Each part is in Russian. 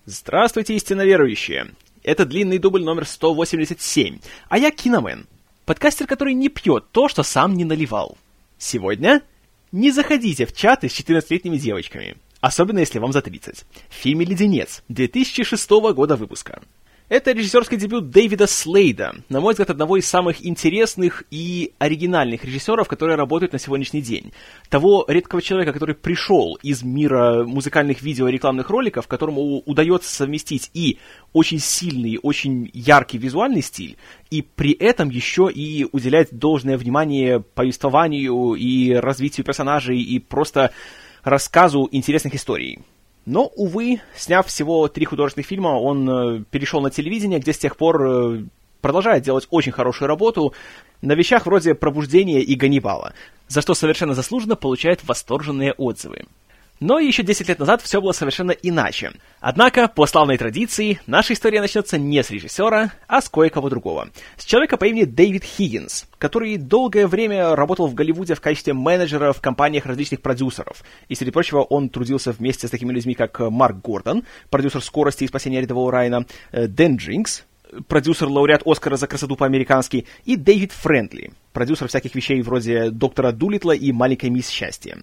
Здравствуйте, истинно верующие! Это длинный дубль номер 187, а я Киномен, подкастер, который не пьет то, что сам не наливал. Сегодня не заходите в чаты с 14-летними девочками, особенно если вам за 30. В фильме «Леденец» 2006 года выпуска. Это режиссерский дебют Дэвида Слейда, на мой взгляд, одного из самых интересных и оригинальных режиссеров, которые работают на сегодняшний день. Того редкого человека, который пришел из мира музыкальных видео и рекламных роликов, которому удается совместить и очень сильный, очень яркий визуальный стиль, и при этом еще и уделять должное внимание повествованию и развитию персонажей, и просто рассказу интересных историй. Но, увы, сняв всего 3 художественных фильма, он перешел на телевидение, где с тех пор продолжает делать очень хорошую работу на вещах вроде «Пробуждения» и «Ганнибала», за что совершенно заслуженно получает восторженные отзывы. Но еще 10 лет назад все было совершенно иначе. Однако, по славной традиции, наша история начнется не с режиссера, а с кое-кого другого. С человека по имени Дэвид Хиггинс, который долгое время работал в Голливуде в качестве менеджера в компаниях различных продюсеров. И, среди прочего, он трудился вместе с такими людьми, как Марк Гордон, продюсер «Скорости» и «Спасения рядового Райана», Дэн Джинкс, продюсер-лауреат Оскара за красоту по-американски, и Дэвид Френдли, продюсер всяких вещей вроде «Доктора Дулиттла» и «Маленькой мисс Счастье».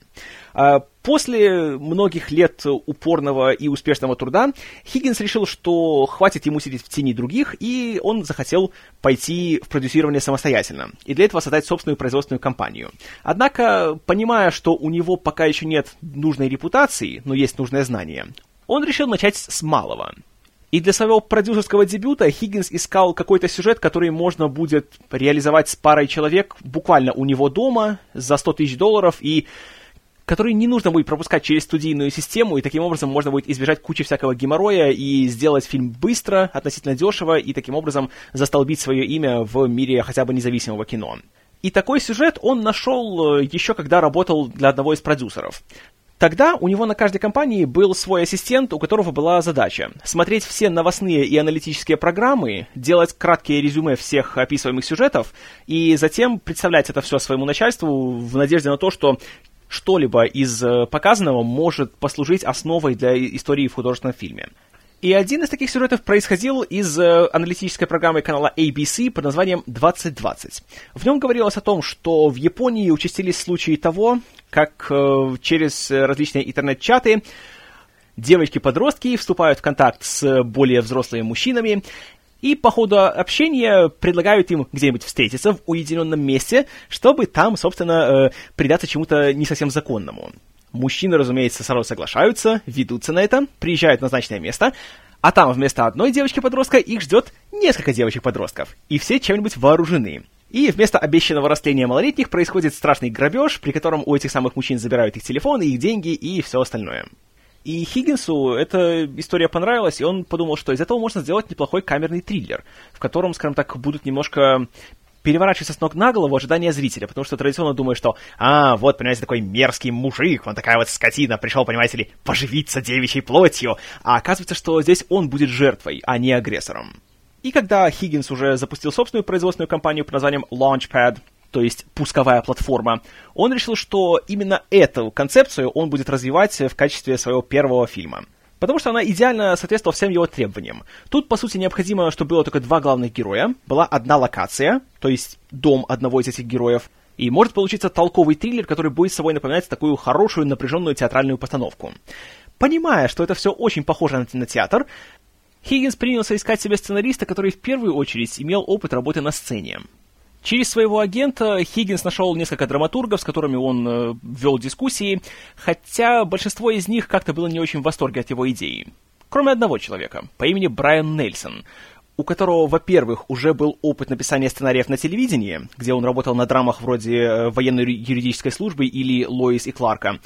После многих лет упорного и успешного труда Хиггинс решил, что хватит ему сидеть в тени других, и он захотел пойти в продюсирование самостоятельно, и для этого создать собственную производственную компанию. Однако, понимая, что у него пока еще нет нужной репутации, но есть нужное знание, он решил начать с малого. И для своего продюсерского дебюта Хиггинс искал какой-то сюжет, который можно будет реализовать с парой человек буквально у него дома за $100 тысяч, и который не нужно будет пропускать через студийную систему, и таким образом можно будет избежать кучи всякого геморроя и сделать фильм быстро, относительно дешево, и таким образом застолбить свое имя в мире хотя бы независимого кино. И такой сюжет он нашел еще когда работал для одного из продюсеров. Тогда у него на каждой компании был свой ассистент, у которого была задача смотреть все новостные и аналитические программы, делать краткие резюме всех описываемых сюжетов, и затем представлять это все своему начальству в надежде на то, что что-либо из показанного может послужить основой для истории в художественном фильме. И один из таких сюжетов происходил из аналитической программы канала ABC под названием «2020». В нем говорилось о том, что в Японии участились случаи того, как через различные интернет-чаты девочки-подростки вступают в контакт с более взрослыми мужчинами, и по ходу общения предлагают им где-нибудь встретиться в уединенном месте, чтобы там, собственно, предаться чему-то не совсем законному. Мужчины, разумеется, сразу соглашаются, ведутся на это, приезжают в назначенное место, а там вместо одной девочки-подростка их ждет несколько девочек-подростков, и все чем-нибудь вооружены. И вместо обещанного растления малолетних происходит страшный грабеж, при котором у этих самых мужчин забирают их телефоны, их деньги и все остальное. И Хиггинсу эта история понравилась, и он подумал, что из этого можно сделать неплохой камерный триллер, в котором, скажем так, будут немножко переворачиваться с ног на голову ожидания зрителя, потому что традиционно думаю, что вот, понимаете, такой мерзкий мужик, он такая вот скотина, пришел, понимаете ли, поживиться девичьей плотью, а оказывается, что здесь он будет жертвой, а не агрессором. И когда Хиггинс уже запустил собственную производственную компанию под названием Launchpad, то есть пусковая платформа, он решил, что именно эту концепцию он будет развивать в качестве своего первого фильма. Потому что она идеально соответствовала всем его требованиям. Тут, по сути, необходимо, чтобы было только 2 главных героя, была одна локация, то есть дом одного из этих героев, и может получиться толковый триллер, который будет собой напоминать такую хорошую напряженную театральную постановку. Понимая, что это все очень похоже на театр, Хиггинс принялся искать себе сценариста, который в первую очередь имел опыт работы на сцене. Через своего агента Хиггинс нашел несколько драматургов, с которыми он вел дискуссии, хотя большинство из них как-то было не очень в восторге от его идеи. Кроме одного человека, по имени Брайан Нельсон, у которого, во-первых, уже был опыт написания сценариев на телевидении, где он работал на драмах вроде «Военной юридической службы» или «Лоис и Кларка»,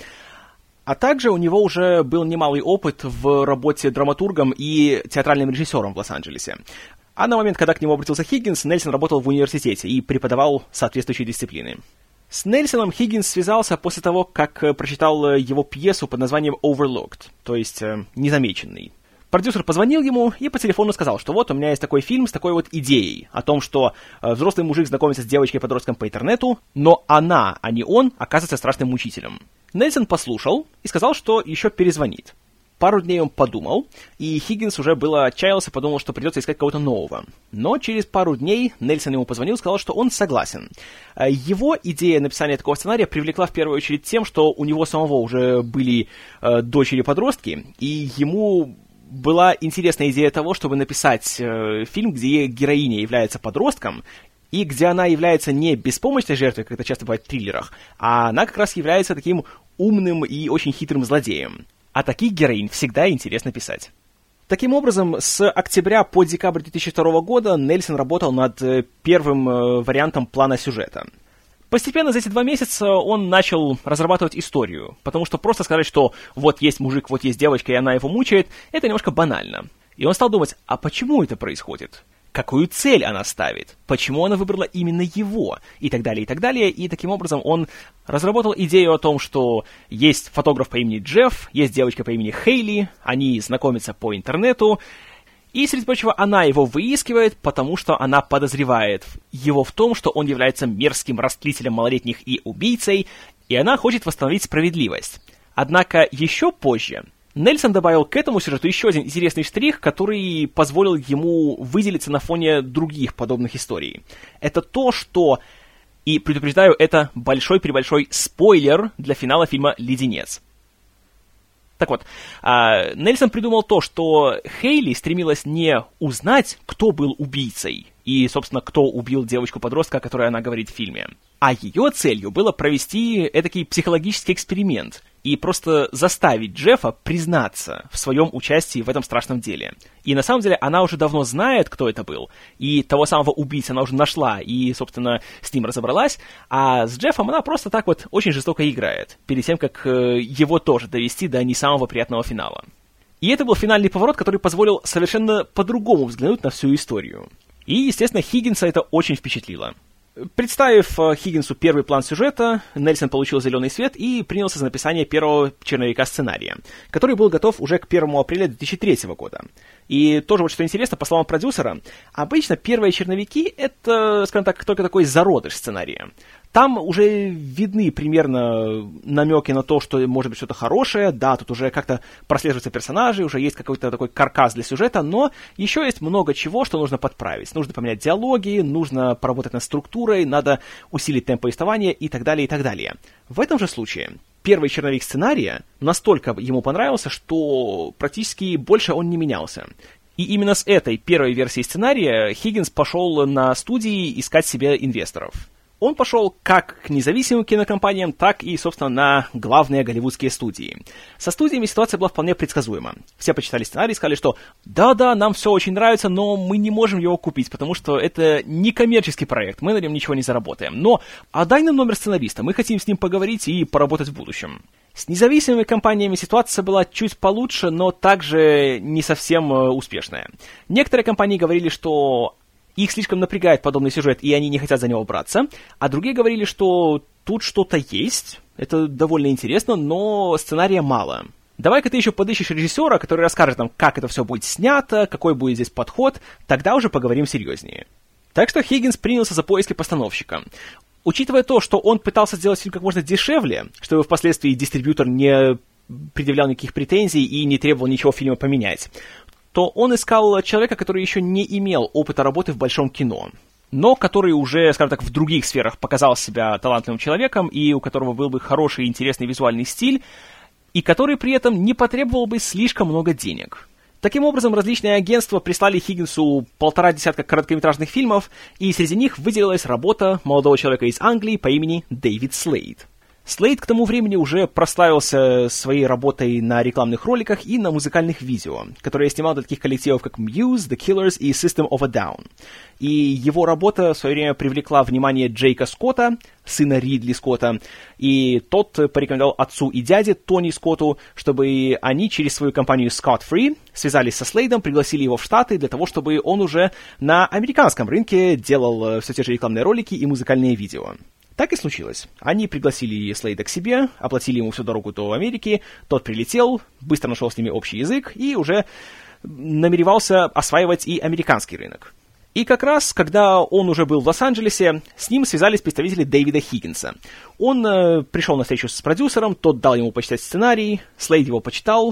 а также у него уже был немалый опыт в работе драматургом и театральным режиссером в Лос-Анджелесе. А на момент, когда к нему обратился Хиггинс, Нельсон работал в университете и преподавал соответствующие дисциплины. С Нельсоном Хиггинс связался после того, как прочитал его пьесу под названием «Overlooked», то есть «Незамеченный». Продюсер позвонил ему и по телефону сказал, что вот у меня есть такой фильм с такой вот идеей о том, что взрослый мужик знакомится с девочкой-подростком по интернету, но она, а не он, оказывается страшным мучителем. Нельсон послушал и сказал, что еще перезвонит. Пару дней он подумал, и Хиггинс уже было отчаялся, подумал, что придется искать кого-то нового. Но через пару дней Нельсон ему позвонил и сказал, что он согласен. Его идея написания такого сценария привлекла в первую очередь тем, что у него самого уже были дочери-подростки, и ему была интересная идея того, чтобы написать фильм, где героиня является подростком, и где она является не беспомощной жертвой, как это часто бывает в триллерах, а она как раз является таким умным и очень хитрым злодеем. А таких героинь всегда интересно писать. Таким образом, с октября по декабрь 2002 года Нельсон работал над первым вариантом плана сюжета. Постепенно за эти 2 месяца он начал разрабатывать историю, потому что просто сказать, что вот есть мужик, вот есть девочка, и она его мучает, это немножко банально. И он стал думать, а почему это происходит? Какую цель она ставит? Почему она выбрала именно его? И так далее, и так далее. И таким образом он разработал идею о том, что есть фотограф по имени Джефф, есть девочка по имени Хейли, они знакомятся по интернету, и, среди прочего, она его выискивает, потому что она подозревает его в том, что он является мерзким растлителем малолетних и убийцей, и она хочет восстановить справедливость. Однако еще позже Нельсон добавил к этому сюжету еще один интересный штрих, который позволил ему выделиться на фоне других подобных историй. Это то, что, и предупреждаю, это большой-пребольшой спойлер для финала фильма «Леденец». Так вот, Нельсон придумал то, что Хейли стремилась не узнать, кто был убийцей, и, собственно, кто убил девочку-подростка, о которой она говорит в фильме, а ее целью было провести этакий психологический эксперимент и просто заставить Джеффа признаться в своем участии в этом страшном деле. И на самом деле она уже давно знает, кто это был, и того самого убийцу она уже нашла и, собственно, с ним разобралась, а с Джеффом она просто так вот очень жестоко играет, перед тем, как его тоже довести до не самого приятного финала. И это был финальный поворот, который позволил совершенно по-другому взглянуть на всю историю. И, естественно, Хиггинса это очень впечатлило. Представив Хиггинсу первый план сюжета, Нельсон получил зеленый свет и принялся за написание первого черновика сценария, который был готов уже к 1 апреля 2003 года. И тоже вот что интересно, по словам продюсера, обычно первые черновики — это, скажем так, только такой зародыш сценария. Там уже видны примерно намеки на то, что может быть что-то хорошее, да, тут уже как-то прослеживаются персонажи, уже есть какой-то такой каркас для сюжета, но еще есть много чего, что нужно подправить. Нужно поменять диалоги, нужно поработать над структурой, надо усилить темп повествования и так далее, и так далее. В этом же случае первый черновик сценария настолько ему понравился, что практически больше он не менялся. И именно с этой первой версии сценария Хиггинс пошел на студии искать себе инвесторов. Он пошел как к независимым кинокомпаниям, так и, собственно, на главные голливудские студии. Со студиями ситуация была вполне предсказуема. Все почитали сценарий и сказали, что да-да, нам все очень нравится, но мы не можем его купить, потому что это не коммерческий проект, мы на нем ничего не заработаем. Но отдай нам номер сценариста, мы хотим с ним поговорить и поработать в будущем. С независимыми компаниями ситуация была чуть получше, но также не совсем успешная. Некоторые компании говорили, что их слишком напрягает подобный сюжет, и они не хотят за него браться, а другие говорили, что тут что-то есть, это довольно интересно, но сценария мало. Давай-ка ты еще подыщешь режиссера, который расскажет нам, как это все будет снято, какой будет здесь подход, тогда уже поговорим серьезнее. Так что Хиггинс принялся за поиски постановщика. Учитывая то, что он пытался сделать фильм как можно дешевле, чтобы впоследствии дистрибьютор не предъявлял никаких претензий и не требовал ничего в фильме поменять, то он искал человека, который еще не имел опыта работы в большом кино, но который уже, скажем так, в других сферах показал себя талантливым человеком, и у которого был бы хороший и интересный визуальный стиль, и который при этом не потребовал бы слишком много денег. Таким образом, различные агентства прислали Хиггинсу 1,5 десятка короткометражных фильмов, и среди них выделилась работа молодого человека из Англии по имени Дэвид Слейд. Слейд к тому времени уже прославился своей работой на рекламных роликах и на музыкальных видео, которые я снимал для таких коллективов, как Muse, The Killers и System of a Down. И его работа в свое время привлекла внимание Джейка Скотта, сына Ридли Скотта, и тот порекомендовал отцу и дяде Тони Скотту, чтобы они через свою компанию Scott Free связались со Слейдом, пригласили его в Штаты для того, чтобы он уже на американском рынке делал все те же рекламные ролики и музыкальные видео. Так и случилось. Они пригласили Слейда к себе, оплатили ему всю дорогу до Америки, тот прилетел, быстро нашел с ними общий язык и уже намеревался осваивать и американский рынок. И как раз, когда он уже был в Лос-Анджелесе, с ним связались представители Дэвида Хиггинса. Он пришел на встречу с продюсером, тот дал ему почитать сценарий, Слейд его почитал,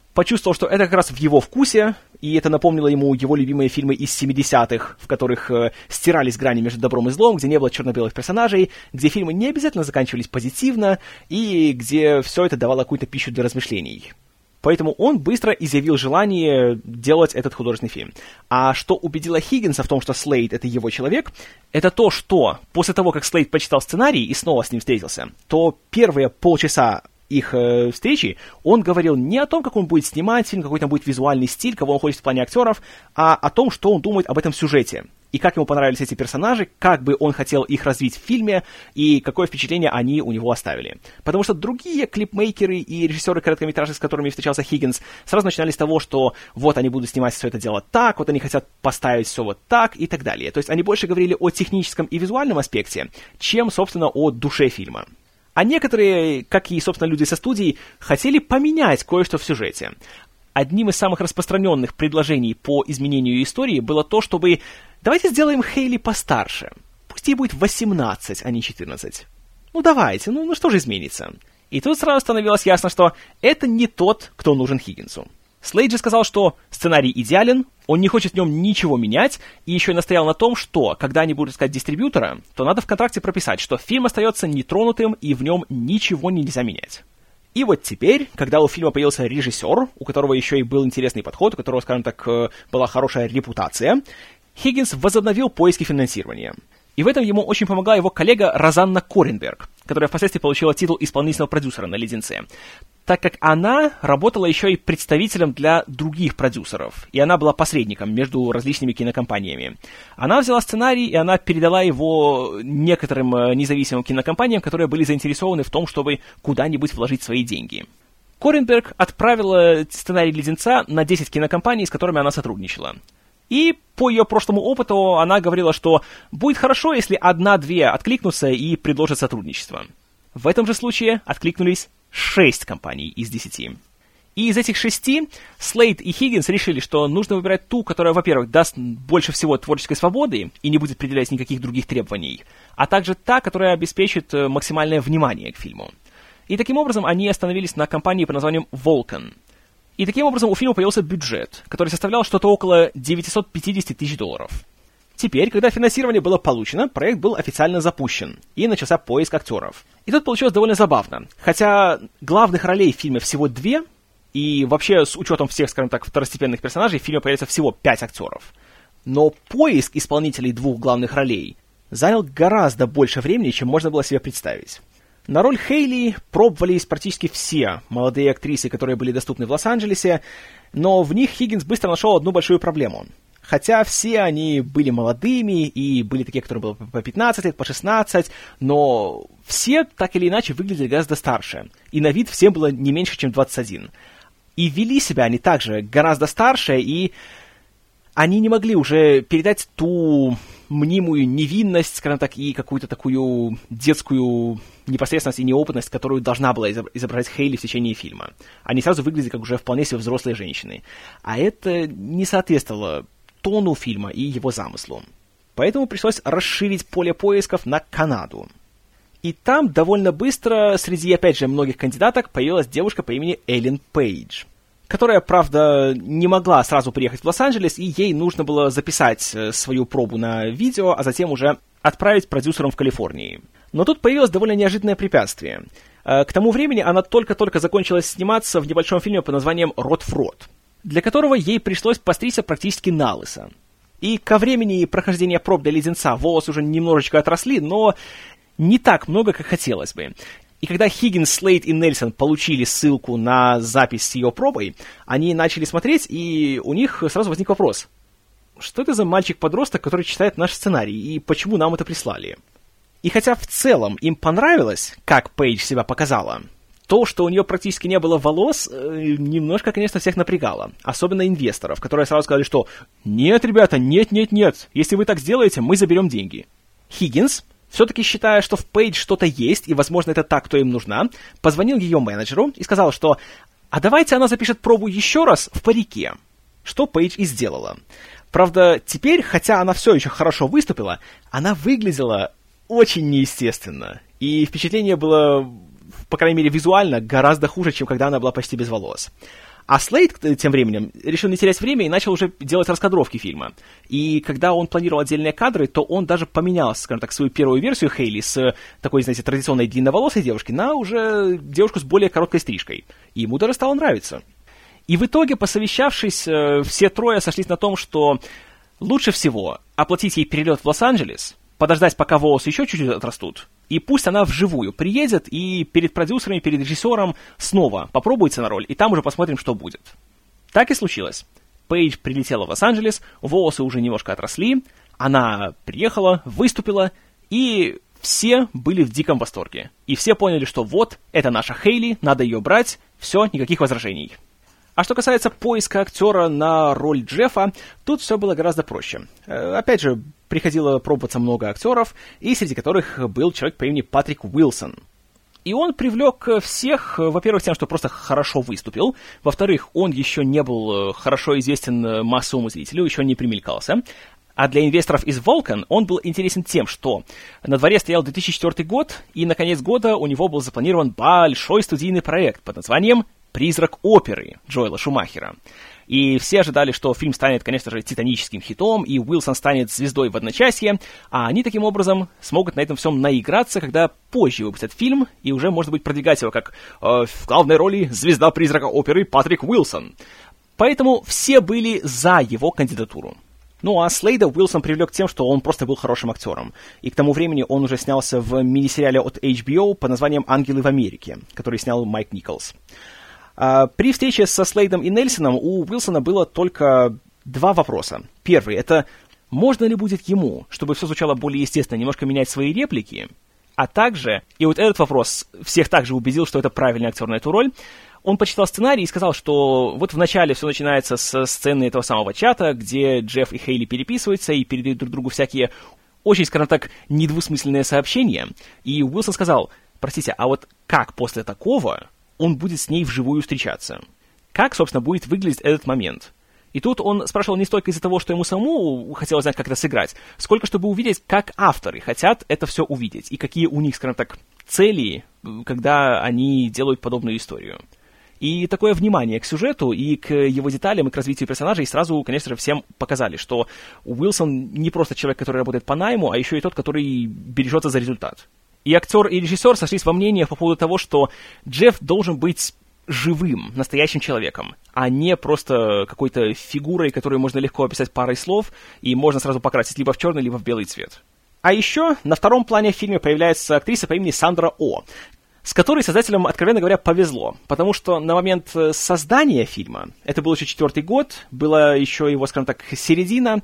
почувствовал, что это как раз в его вкусе, и это напомнило ему его любимые фильмы из 70-х, в которых стирались грани между добром и злом, где не было черно-белых персонажей, где фильмы не обязательно заканчивались позитивно, и где все это давало какую-то пищу для размышлений. Поэтому он быстро изъявил желание делать этот художественный фильм. А что убедило Хиггинса в том, что Слейд — это его человек, это то, что после того, как Слейд почитал сценарий и снова с ним встретился, то первые полчаса их встречи он говорил не о том, как он будет снимать фильм, какой там будет визуальный стиль, кого он хочет в плане актеров, а о том, что он думает об этом сюжете. И как ему понравились эти персонажи, как бы он хотел их развить в фильме, и какое впечатление они у него оставили. Потому что другие клипмейкеры и режиссеры короткометражек, с которыми встречался Хиггинс, сразу начинали с того, что вот они будут снимать все это дело так, вот они хотят поставить все вот так и так далее. То есть они больше говорили о техническом и визуальном аспекте, чем, собственно, о душе фильма. А некоторые, как и, собственно, люди со студий, хотели поменять кое-что в сюжете. Одним из самых распространенных предложений по изменению истории было то, чтобы давайте сделаем Хейли постарше. Пусть ей будет 18, а не 14. Ну давайте, ну что же изменится? И тут сразу становилось ясно, что это не тот, кто нужен Хиггинсу. Слейд же сказал, что сценарий идеален, он не хочет в нем ничего менять, и еще и настоял на том, что, когда они будут искать дистрибьютора, то надо в контракте прописать, что фильм остается нетронутым, и в нем ничего нельзя менять. И вот теперь, когда у фильма появился режиссер, у которого еще и был интересный подход, у которого, скажем так, была хорошая репутация, Хиггинс возобновил поиски финансирования. И в этом ему очень помогла его коллега Розанна Коренберг, которая впоследствии получила титул исполнительного продюсера на «Леденце», так как она работала еще и представителем для других продюсеров, и она была посредником между различными кинокомпаниями. Она взяла сценарий, и она передала его некоторым независимым кинокомпаниям, которые были заинтересованы в том, чтобы куда-нибудь вложить свои деньги. Коренберг отправила сценарий «Леденца» на 10 кинокомпаний, с которыми она сотрудничала. И по ее прошлому опыту она говорила, что будет хорошо, если 1-2 откликнутся и предложат сотрудничество. В этом же случае откликнулись 6 компаний из 10. И из этих 6 Слейд и Хиггинс решили, что нужно выбирать ту, которая, во-первых, даст больше всего творческой свободы и не будет предъявлять никаких других требований, а также та, которая обеспечит максимальное внимание к фильму. И таким образом они остановились на компании под названием Vulcan. И таким образом у фильма появился бюджет, который составлял что-то около $950 тысяч. Теперь, когда финансирование было получено, проект был официально запущен, и начался поиск актеров. И тут получилось довольно забавно. Хотя главных ролей в фильме всего 2, и вообще с учетом всех, скажем так, второстепенных персонажей, в фильме появится всего 5 актеров. Но поиск исполнителей 2 главных ролей занял гораздо больше времени, чем можно было себе представить. На роль Хейли пробовались практически все молодые актрисы, которые были доступны в Лос-Анджелесе, но в них Хиггинс быстро нашел одну большую проблему. Хотя все они были молодыми, и были такие, которые было по 15 лет, по 16, но все так или иначе выглядели гораздо старше, и на вид всем было не меньше, чем 21. И вели себя они также гораздо старше, и они не могли уже передать ту мнимую невинность, скажем так, и какую-то такую детскую непосредственность и неопытность, которую должна была изображать Хейли в течение фильма. Они сразу выглядели как уже вполне себе взрослые женщины. А это не соответствовало тону фильма и его замыслу. Поэтому пришлось расширить поле поисков на Канаду. И там довольно быстро среди, опять же, многих кандидаток появилась девушка по имени Эллен Пейдж, которая, правда, не могла сразу приехать в Лос-Анджелес, и ей нужно было записать свою пробу на видео, а затем уже отправить продюсерам в Калифорнии. Но тут появилось довольно неожиданное препятствие. К тому времени она только-только закончила сниматься в небольшом фильме под названием «Рот в рот», для которого ей пришлось постричься практически налысо. И ко времени прохождения проб для «Леденца» волосы уже немножечко отросли, но не так много, как хотелось бы. И когда Хиггинс, Слейд и Нельсон получили ссылку на запись с ее пробой, они начали смотреть, и у них сразу возник вопрос. Что это за мальчик-подросток, который читает наш сценарий, и почему нам это прислали? И хотя в целом им понравилось, как Пейдж себя показала, то, что у нее практически не было волос, немножко, конечно, всех напрягало. Особенно инвесторов, которые сразу сказали, что «Нет, ребята, нет, если вы так сделаете, мы заберем деньги». Хиггинс, все-таки считая, что в Пейдж что-то есть, и, возможно, это та, кто им нужна, позвонил ее менеджеру и сказал, что «А давайте она запишет пробу еще раз в парике». Что Пейдж и сделала. Правда, теперь, хотя она все еще хорошо выступила, она выглядела очень неестественно. И впечатление было, по крайней мере, визуально гораздо хуже, чем когда она была почти без волос. А Слейд тем временем решил не терять время и начал уже делать раскадровки фильма. И когда он планировал отдельные кадры, то он даже поменял, скажем так, свою первую версию Хейли с такой, знаете, традиционной длинноволосой девушки на уже девушку с более короткой стрижкой. И ему даже стало нравиться. И в итоге, посовещавшись, все трое сошлись на том, что лучше всего оплатить ей перелет в Лос-Анджелес, подождать, пока волосы еще чуть-чуть отрастут, и пусть она вживую приедет и перед продюсерами, перед режиссером снова попробуется на роль, и там уже посмотрим, что будет. Так и случилось. Пейдж прилетела в Лос-Анджелес, волосы уже немножко отросли, она приехала, выступила, и все были в диком восторге. И все поняли, что вот, это наша Хейли, надо ее брать, все, никаких возражений. А что касается поиска актера на роль Джеффа, тут все было гораздо проще. Опять же, приходило пробоваться много актеров, и среди которых был человек по имени Патрик Уилсон. И он привлек всех, во-первых, тем, что просто хорошо выступил, во-вторых, он еще не был хорошо известен массовому зрителю, еще не примелькался. А для инвесторов из Vulcan он был интересен тем, что на дворе стоял 2004 год, и на конец года у него был запланирован большой студийный проект под названием «Призрак оперы» Джоэла Шумахера. И все ожидали, что фильм станет, конечно же, титаническим хитом, и Уилсон станет звездой в одночасье, а они таким образом смогут на этом всем наиграться, когда позже выпустят фильм, и уже, может быть, продвигать его как в главной роли звезда «Призрака оперы» Патрик Уилсон. Поэтому все были за его кандидатуру. Ну а Слейда Уилсон привлек тем, что он просто был хорошим актером. И к тому времени он уже снялся в мини-сериале от HBO под названием «Ангелы в Америке», который снял Майк Николс. При встрече со Слейдом и Нельсоном у Уилсона было только два вопроса. Первый — это можно ли будет ему, чтобы все звучало более естественно, немножко менять свои реплики? А также, и вот этот вопрос всех также убедил, что это правильный актер на эту роль, он почитал сценарий и сказал, что вот вначале все начинается с сцены этого самого чата, где Джефф и Хейли переписываются и передают друг другу всякие очень, скажем так, недвусмысленные сообщения. И Уилсон сказал: простите, а вот как после такого он будет с ней вживую встречаться? Как, собственно, будет выглядеть этот момент? И тут он спрашивал не столько из-за того, что ему самому хотелось знать, как это сыграть, сколько чтобы увидеть, как авторы хотят это все увидеть, и какие у них, скажем так, цели, когда они делают подобную историю. И такое внимание к сюжету и к его деталям, и к развитию персонажей сразу, конечно же, всем показали, что Уилсон не просто человек, который работает по найму, а еще и тот, который бережется за результат. И актер, и режиссер сошлись во мнениях по поводу того, что Джефф должен быть живым, настоящим человеком, а не просто какой-то фигурой, которую можно легко описать парой слов, и можно сразу покрасить либо в черный, либо в белый цвет. А еще на втором плане в фильме появляется актриса по имени Сандра О, с которой создателям, откровенно говоря, повезло, потому что на момент создания фильма, это был еще 4-й год, была еще его, скажем так, середина,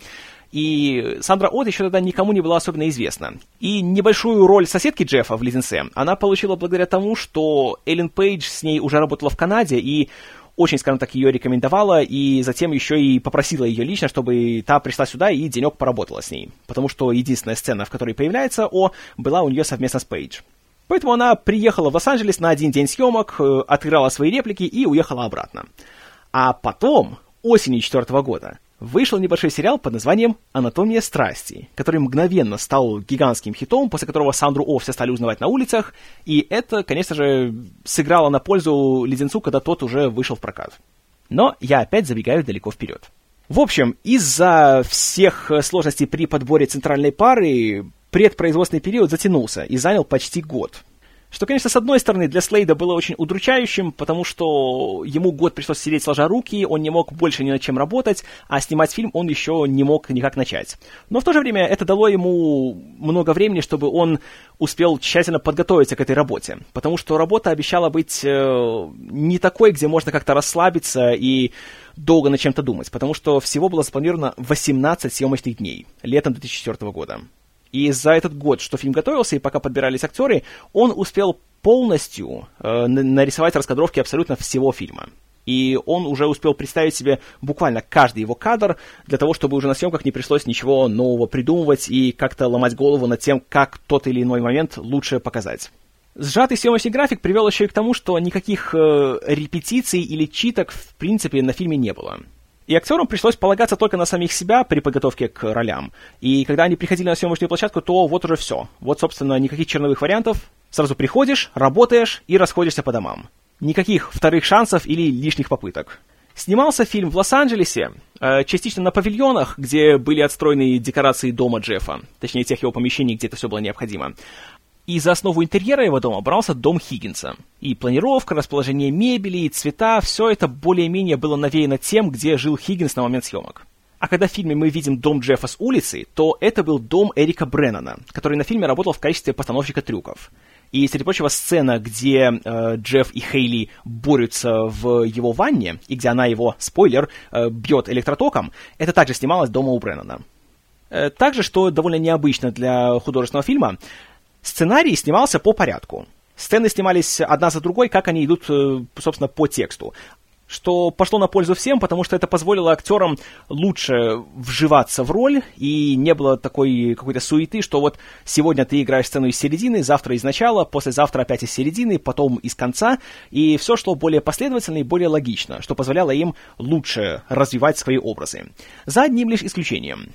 и Сандра О еще тогда никому не была особенно известна. И небольшую роль соседки Джеффа в «Леденце» она получила благодаря тому, что Эллен Пейдж с ней уже работала в Канаде и очень, скажем так, ее рекомендовала, и затем еще и попросила ее лично, чтобы та пришла сюда и денек поработала с ней. Потому что единственная сцена, в которой появляется О, была у нее совместно с Пейдж. Поэтому она приехала в Лос-Анджелес на один день съемок, отыграла свои реплики и уехала обратно. А потом, осенью 4-го года, вышел небольшой сериал под названием «Анатомия страсти», который мгновенно стал гигантским хитом, после которого Сандру О все стали узнавать на улицах, и это, конечно же, сыграло на пользу «Леденцу», когда тот уже вышел в прокат. Но я опять забегаю далеко вперед. В общем, из-за всех сложностей при подборе центральной пары предпроизводственный период затянулся и занял почти год. Что, конечно, с одной стороны, для Слейда было очень удручающим, потому что ему год пришлось сидеть сложа руки, он не мог больше ни над чем работать, а снимать фильм он еще не мог никак начать. Но в то же время это дало ему много времени, чтобы он успел тщательно подготовиться к этой работе, потому что работа обещала быть не такой, где можно как-то расслабиться и долго над чем-то думать, потому что всего было запланировано 18 съемочных дней летом 2004 года. И за этот год, что фильм готовился, и пока подбирались актеры, он успел полностью нарисовать раскадровки абсолютно всего фильма. И он уже успел представить себе буквально каждый его кадр, для того, чтобы уже на съемках не пришлось ничего нового придумывать и как-то ломать голову над тем, как тот или иной момент лучше показать. Сжатый съемочный график привел еще и к тому, что никаких репетиций или читок в принципе на фильме не было. И актерам пришлось полагаться только на самих себя при подготовке к ролям. И когда они приходили на съемочную площадку, то вот уже все. Вот, собственно, никаких черновых вариантов. Сразу приходишь, работаешь и расходишься по домам. Никаких вторых шансов или лишних попыток. Снимался фильм в Лос-Анджелесе, частично на павильонах, где были отстроены декорации дома Джеффа, точнее, тех его помещений, где это все было необходимо. И за основу интерьера его дома брался дом Хиггинса. И планировка, расположение мебели, и цвета, все это более-менее было навеяно тем, где жил Хиггинс на момент съемок. А когда в фильме мы видим дом Джеффа с улицы, то это был дом Эрика Бреннана, который на фильме работал в качестве постановщика трюков. И, среди прочего, сцена, где Джефф и Хейли борются в его ванне, и где она его, спойлер, бьет электротоком, это также снималось дома у Бреннана. Также, что довольно необычно для художественного фильма, сценарий снимался по порядку. Сцены снимались одна за другой, как они идут, собственно, по тексту. Что пошло на пользу всем, потому что это позволило актерам лучше вживаться в роль, и не было такой какой-то суеты, что вот сегодня ты играешь сцену из середины, завтра из начала, послезавтра опять из середины, потом из конца, и все шло более последовательно и более логично, что позволяло им лучше развивать свои образы. За одним лишь исключением.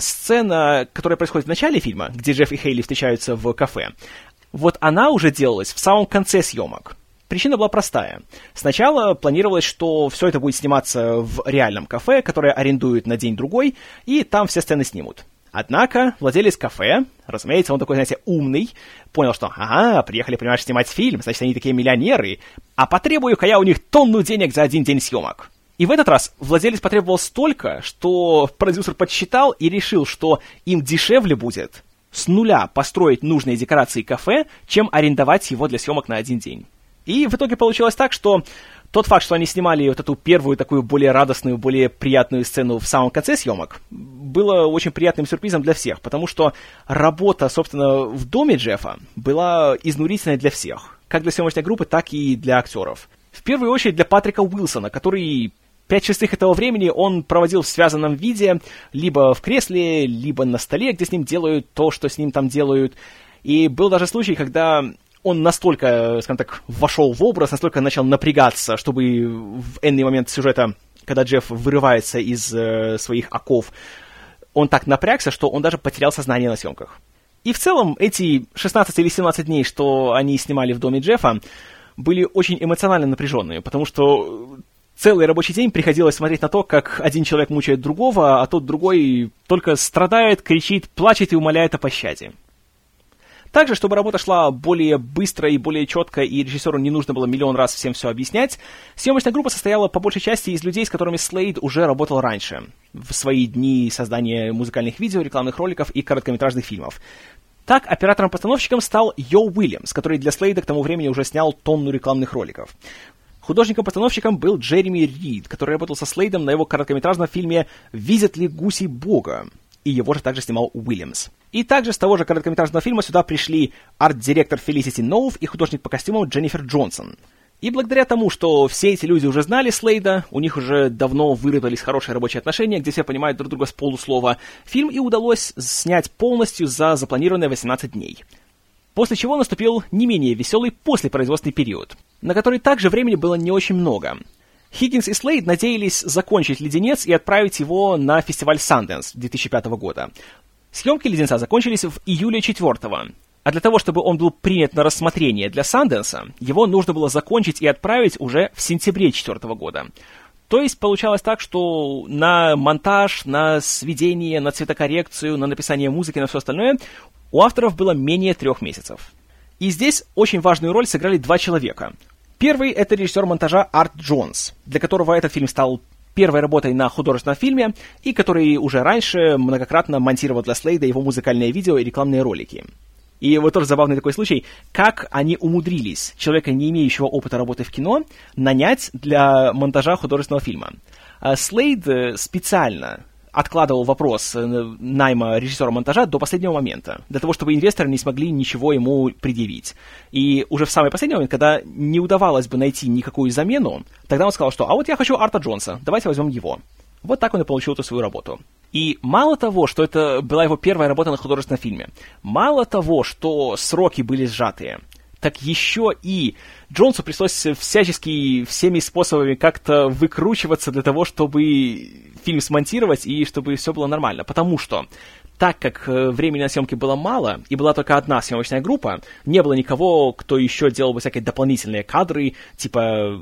Сцена, которая происходит в начале фильма, где Джефф и Хейли встречаются в кафе, вот она уже делалась в самом конце съемок. Причина была простая. Сначала планировалось, что все это будет сниматься в реальном кафе, которое арендуют на день-другой, и там все сцены снимут. Однако владелец кафе, разумеется, он такой, знаете, умный, понял, что приехали, понимаешь, снимать фильм, значит, они такие миллионеры, а потребую-ка я у них тонну денег за один день съемок. И в этот раз владелец потребовал столько, что продюсер подсчитал и решил, что им дешевле будет с нуля построить нужные декорации кафе, чем арендовать его для съемок на один день. И в итоге получилось так, что тот факт, что они снимали вот эту первую такую более радостную, более приятную сцену в самом конце съемок, было очень приятным сюрпризом для всех, потому что работа, собственно, в доме Джеффа была изнурительной для всех, как для съемочной группы, так и для актеров. В первую очередь для Патрика Уилсона, который 5/6 этого времени он проводил в связанном виде, либо в кресле, либо на столе, где с ним делают то, что с ним там делают. И был даже случай, когда он настолько, скажем так, вошел в образ, настолько начал напрягаться, чтобы в энный момент сюжета, когда Джефф вырывается из своих оков, он так напрягся, что он даже потерял сознание на съемках. И в целом эти 16 или 17 дней, что они снимали в доме Джеффа, были очень эмоционально напряженные, потому что целый рабочий день приходилось смотреть на то, как один человек мучает другого, а тот другой только страдает, кричит, плачет и умоляет о пощаде. Также, чтобы работа шла более быстро и более четко, и режиссеру не нужно было миллион раз всем все объяснять, съемочная группа состояла по большей части из людей, с которыми Слейд уже работал раньше, в свои дни создания музыкальных видео, рекламных роликов и короткометражных фильмов. Так, оператором-постановщиком стал Йо Уильямс, который для Слейда к тому времени уже снял тонну рекламных роликов. Художником-постановщиком был Джереми Рид, который работал со Слейдом на его короткометражном фильме «Видят ли гуси Бога?», и его же также снимал Уильямс. И также с того же короткометражного фильма сюда пришли арт-директор Фелисити Ноув и художник по костюмам Дженнифер Джонсон. И благодаря тому, что все эти люди уже знали Слейда, у них уже давно выработались хорошие рабочие отношения, где все понимают друг друга с полуслова, фильм и удалось снять полностью за запланированные 18 дней. После чего наступил не менее веселый послепроизводственный период, на который также времени было не очень много. Хиггинс и Слейд надеялись закончить «Леденец» и отправить его на фестиваль Sundance 2005 года. Съемки «Леденца» закончились в июле 4-го, а для того, чтобы он был принят на рассмотрение для Sundance, его нужно было закончить и отправить уже в сентябре 4-го года. То есть получалось так, что на монтаж, на сведение, на цветокоррекцию, на написание музыки, на все остальное у авторов было менее 3 месяцев. И здесь очень важную роль сыграли 2 человека. Первый — это режиссер монтажа Арт Джонс, для которого этот фильм стал первой работой на художественном фильме, и который уже раньше многократно монтировал для Слейда его музыкальные видео и рекламные ролики. И вот тоже забавный такой случай, как они умудрились человека, не имеющего опыта работы в кино, нанять для монтажа художественного фильма. Слейд специально откладывал вопрос найма режиссера монтажа до последнего момента, для того, чтобы инвесторы не смогли ничего ему предъявить. И уже в самый последний момент, когда не удавалось бы найти никакую замену, тогда он сказал, что «а вот я хочу Арта Джонса, давайте возьмем его». Вот так он и получил эту свою работу. И мало того, что это была его первая работа на художественном фильме, мало того, что сроки были сжатые, так еще и Джонсу пришлось всячески, всеми способами как-то выкручиваться для того, чтобы фильм смонтировать и чтобы все было нормально. Потому что, так как времени на съемки было мало, и была только одна съемочная группа, не было никого, кто еще делал бы всякие дополнительные кадры, типа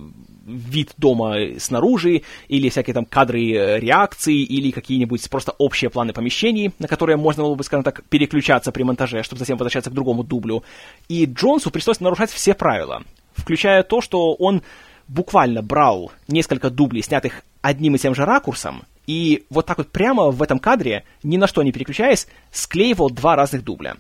вид дома снаружи, или всякие там кадры реакции, или какие-нибудь просто общие планы помещений, на которые можно было бы, скажем так, переключаться при монтаже, чтобы затем возвращаться к другому дублю. И Джонсу пришлось нарушать все правила, включая то, что он буквально брал несколько дублей, снятых одним и тем же ракурсом, и вот так вот прямо в этом кадре, ни на что не переключаясь, склеивал 2 разных дубля.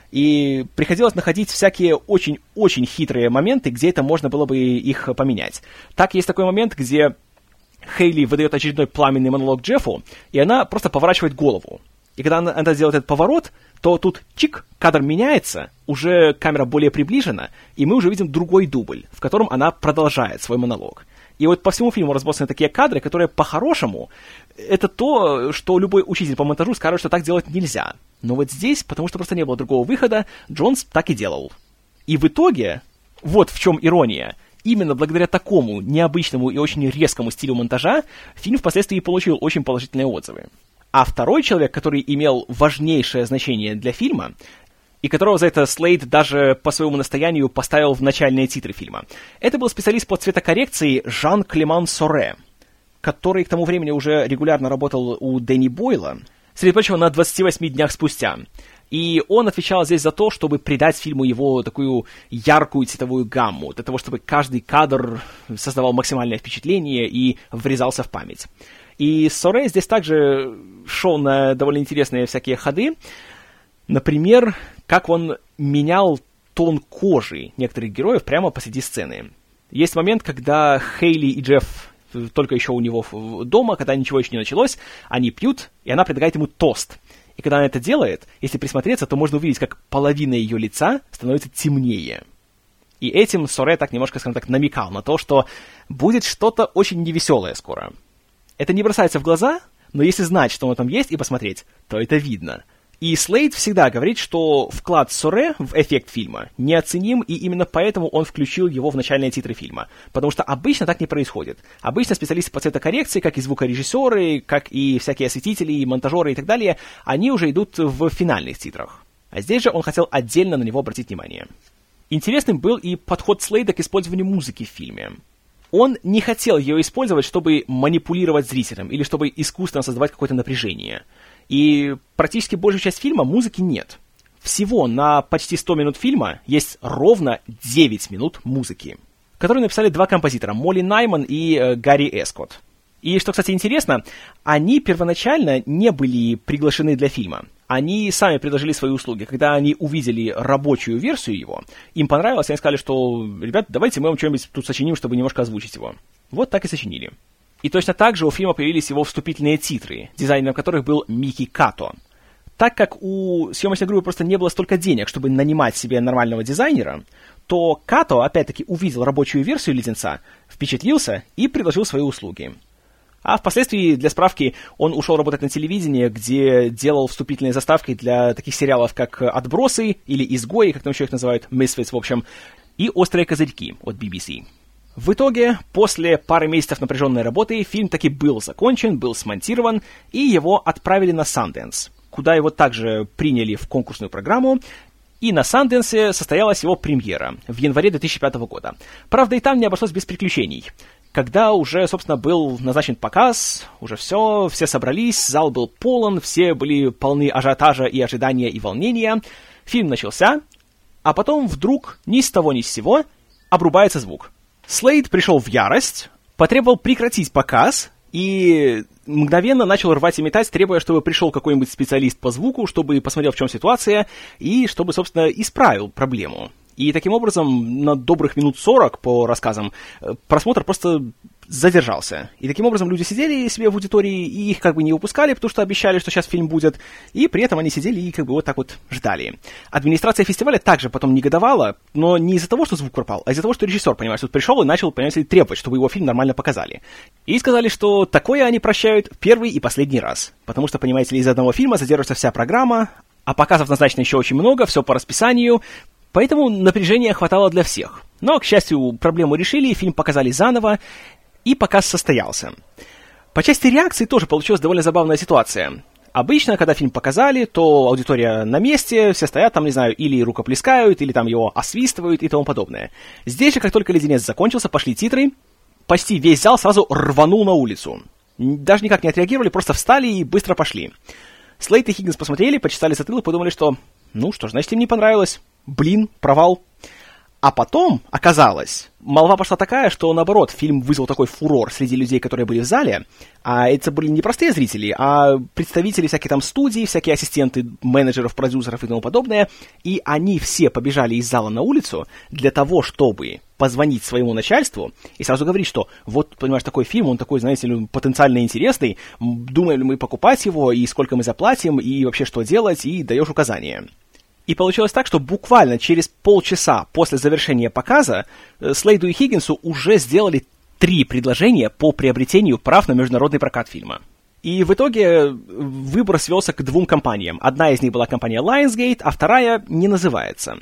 И приходилось находить всякие очень-очень хитрые моменты, где это можно было бы их поменять. Так, есть такой момент, где Хейли выдает очередной пламенный монолог Джеффу, и она просто поворачивает голову. И когда она делает этот поворот, то тут чик, кадр меняется, уже камера более приближена, и мы уже видим другой дубль, в котором она продолжает свой монолог. И вот по всему фильму разбросаны такие кадры, которые по-хорошему, это то, что любой учитель по монтажу скажет, что так делать нельзя. Но вот здесь, потому что просто не было другого выхода, Джонс так и делал. И в итоге, вот в чем ирония, именно благодаря такому необычному и очень резкому стилю монтажа фильм впоследствии получил очень положительные отзывы. А второй человек, который имел важнейшее значение для фильма, и которого за это Слейд даже по своему настоянию поставил в начальные титры фильма, это был специалист по цветокоррекции Жан-Клеман Соре, который к тому времени уже регулярно работал у Дэнни Бойла, среди прочего, на 28 днях спустя. И он отвечал здесь за то, чтобы придать фильму его такую яркую цветовую гамму, для того, чтобы каждый кадр создавал максимальное впечатление и врезался в память. И Соре здесь также шел на довольно интересные всякие ходы. Например, как он менял тон кожи некоторых героев прямо посреди сцены. Есть момент, когда Хейли и Джефф только еще у него дома, когда ничего еще не началось, они пьют, и она предлагает ему тост. И когда она это делает, если присмотреться, то можно увидеть, как половина ее лица становится темнее. И этим Соре так немножко, скажем так, намекал на то, что будет что-то очень невеселое скоро. Это не бросается в глаза, но если знать, что оно там есть, и посмотреть, то это видно. И Слейд всегда говорит, что вклад Соре в эффект фильма неоценим, и именно поэтому он включил его в начальные титры фильма. Потому что обычно так не происходит. Обычно специалисты по цветокоррекции, как и звукорежиссеры, как и всякие осветители, и монтажеры и так далее, они уже идут в финальных титрах. А здесь же он хотел отдельно на него обратить внимание. Интересным был и подход Слейда к использованию музыки в фильме. Он не хотел ее использовать, чтобы манипулировать зрителем или чтобы искусственно создавать какое-то напряжение. И практически большую часть фильма музыки нет. Всего на почти 100 минут фильма есть ровно 9 минут музыки, которые написали 2 композитора, Молли Найман и Гарри Эскотт. И, что, кстати, интересно, они первоначально не были приглашены для фильма. Они сами предложили свои услуги. Когда они увидели рабочую версию его, им понравилось, и они сказали, что, ребят, давайте мы вам что-нибудь тут сочиним, чтобы немножко озвучить его. Вот так и сочинили. И точно так же у фильма появились его вступительные титры, дизайнером которых был Микки Като. Так как у съемочной группы просто не было столько денег, чтобы нанимать себе нормального дизайнера, то Като, опять-таки, увидел рабочую версию «Леденца», впечатлился и предложил свои услуги. А впоследствии, для справки, он ушел работать на телевидении, где делал вступительные заставки для таких сериалов, как «Отбросы» или «Изгои», как там еще их называют, «Misfits», в общем, и «Острые козырьки» от BBC. В итоге, после пары месяцев напряженной работы, фильм таки был закончен, был смонтирован, и его отправили на Sundance, куда его также приняли в конкурсную программу, и на Санденсе состоялась его премьера в январе 2005 года. Правда, и там не обошлось без приключений. Когда уже, собственно, был назначен показ, уже все собрались, зал был полон, все были полны ажиотажа и ожидания и волнения, фильм начался, а потом вдруг ни с того ни с сего обрубается звук. Слейд пришел в ярость, потребовал прекратить показ и мгновенно начал рвать и метать, требуя, чтобы пришел какой-нибудь специалист по звуку, чтобы посмотрел, в чем ситуация, и чтобы, собственно, исправил проблему. И таким образом, на добрых минут 40, по рассказам, просмотр просто задержался. И таким образом люди сидели себе в аудитории, и их как бы не выпускали, потому что обещали, что сейчас фильм будет, и при этом они сидели и как бы вот так вот ждали. Администрация фестиваля также потом негодовала, но не из-за того, что звук пропал, а из-за того, что режиссер, понимаешь, тут пришел и начал, понимаете, требовать, чтобы его фильм нормально показали. И сказали, что такое они прощают первый и последний раз, потому что, понимаете ли, из одного фильма задерживается вся программа, а показов назначено еще очень много, все по расписанию. Поэтому напряжения хватало для всех. Но, к счастью, проблему решили, фильм показали заново, и показ состоялся. По части реакции тоже получилась довольно забавная ситуация. Обычно, когда фильм показали, то аудитория на месте, все стоят там, не знаю, или рукоплескают, или там его освистывают и тому подобное. Здесь же, как только «Леденец» закончился, пошли титры, почти весь зал сразу рванул на улицу. Даже никак не отреагировали, просто встали и быстро пошли. Слейд и Хиггинс посмотрели, почесали затылок, подумали, что, ну что ж, значит, им не понравилось. Блин, провал. А потом оказалось, молва пошла такая, что, наоборот, фильм вызвал такой фурор среди людей, которые были в зале, а это были не простые зрители, а представители всяких там студий, всякие ассистенты менеджеров, продюсеров и тому подобное, и они все побежали из зала на улицу для того, чтобы позвонить своему начальству и сразу говорить, что вот, понимаешь, такой фильм, он такой, знаете, потенциально интересный, думаем ли мы покупать его, и сколько мы заплатим, и вообще что делать, и даешь указания. И получилось так, что буквально через полчаса после завершения показа Слейду и Хиггинсу уже сделали 3 предложения по приобретению прав на международный прокат фильма. И в итоге выбор свелся к 2 компаниям. Одна из них была компания Lionsgate, а вторая не называется.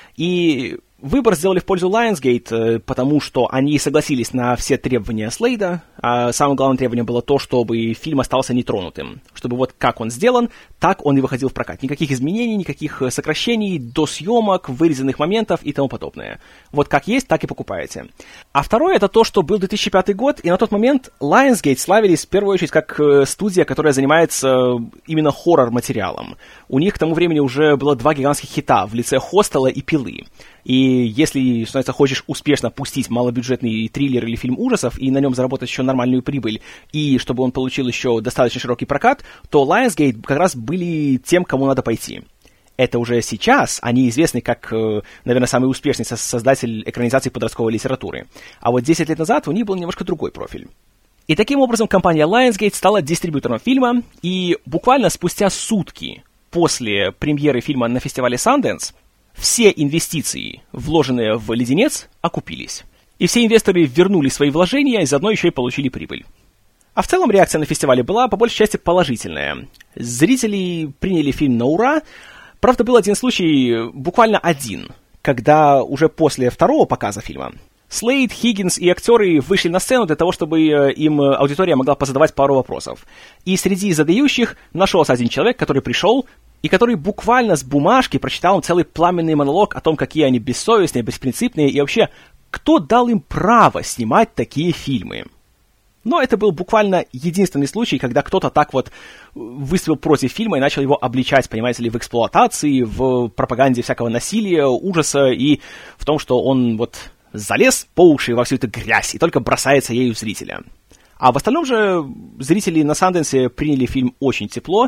И выбор сделали в пользу Lionsgate, потому что они согласились на все требования Слейда, а самым главным требованием было то, чтобы фильм остался нетронутым. Чтобы вот как он сделан, так он и выходил в прокат. Никаких изменений, никаких сокращений, досъемок, вырезанных моментов и тому подобное. Вот как есть, так и покупаете. А второе, это то, что был 2005 год, и на тот момент Lionsgate славились в первую очередь как студия, которая занимается именно хоррор-материалом. У них к тому времени уже было 2 гигантских хита в лице «Хостела» и «Пилы». И если, что называется, хочешь успешно пустить малобюджетный триллер или фильм ужасов и на нем заработать еще нормальную прибыль, и чтобы он получил еще достаточно широкий прокат, то Lionsgate как раз были тем, кому надо пойти. Это уже сейчас они известны как, наверное, самый успешный создатель экранизации подростковой литературы. А вот 10 лет назад у них был немножко другой профиль. И таким образом компания Lionsgate стала дистрибьютором фильма, и буквально спустя сутки после премьеры фильма на фестивале Sundance все инвестиции, вложенные в «Леденец», окупились. И все инвесторы вернули свои вложения и заодно еще и получили прибыль. А в целом реакция на фестивале была по большей части положительная. Зрители приняли фильм на ура. Правда, был один случай, буквально один, когда уже после второго показа фильма Слейд, Хиггинс и актеры вышли на сцену для того, чтобы им аудитория могла позадавать пару вопросов. И среди задающих нашелся один человек, который пришел и который буквально с бумажки прочитал им целый пламенный монолог о том, какие они бессовестные, беспринципные, и вообще, кто дал им право снимать такие фильмы. Но это был буквально единственный случай, когда кто-то так вот выступил против фильма и начал его обличать, понимаете ли, в эксплуатации, в пропаганде всякого насилия, ужаса и в том, что он вот залез по уши во всю эту грязь и только бросается ею в зрителя. А в остальном же зрители на Санденсе приняли фильм очень тепло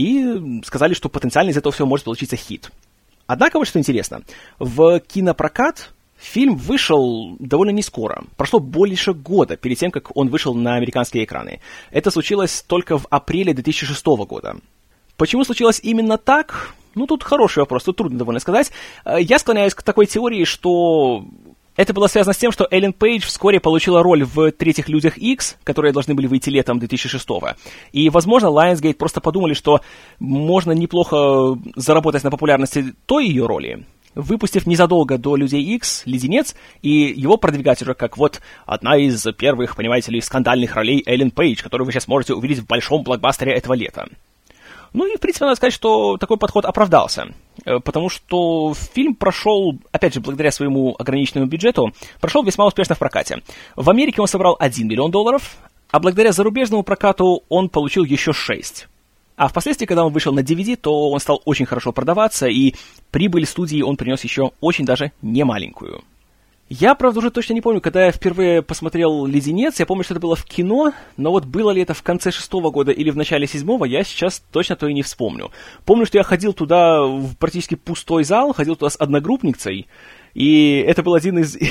и сказали, что потенциально из этого всего может получиться хит. Однако, вот что интересно, в кинопрокат фильм вышел довольно не скоро. Прошло больше года перед тем, как он вышел на американские экраны. Это случилось только в апреле 2006 года. Почему случилось именно так? Ну, тут хороший вопрос, тут трудно довольно сказать. Я склоняюсь к такой теории, что это было связано с тем, что Эллен Пейдж вскоре получила роль в «Третьих людях Икс», которые должны были выйти летом 2006-го. И, возможно, Lionsgate просто подумали, что можно неплохо заработать на популярности той ее роли, выпустив незадолго до «Людей Икс» «Леденец», и его продвигать уже как вот одна из первых, понимаете ли, скандальных ролей Эллен Пейдж, которую вы сейчас можете увидеть в большом блокбастере этого лета. Ну и, в принципе, надо сказать, что такой подход оправдался, потому что фильм прошел, опять же, благодаря своему ограниченному бюджету, прошел весьма успешно в прокате. В Америке он собрал $1 миллион, а благодаря зарубежному прокату он получил еще 6. А впоследствии, когда он вышел на DVD, то он стал очень хорошо продаваться, и прибыль студии он принес еще очень даже немаленькую. Я, правда, уже точно не помню, когда я впервые посмотрел «Леденец», я помню, что это было в кино, но вот было ли это в конце 6-го года или в начале 7-го, я сейчас точно то и не вспомню. Помню, что я ходил туда в практически пустой зал, ходил туда с одногруппницей, и это был один из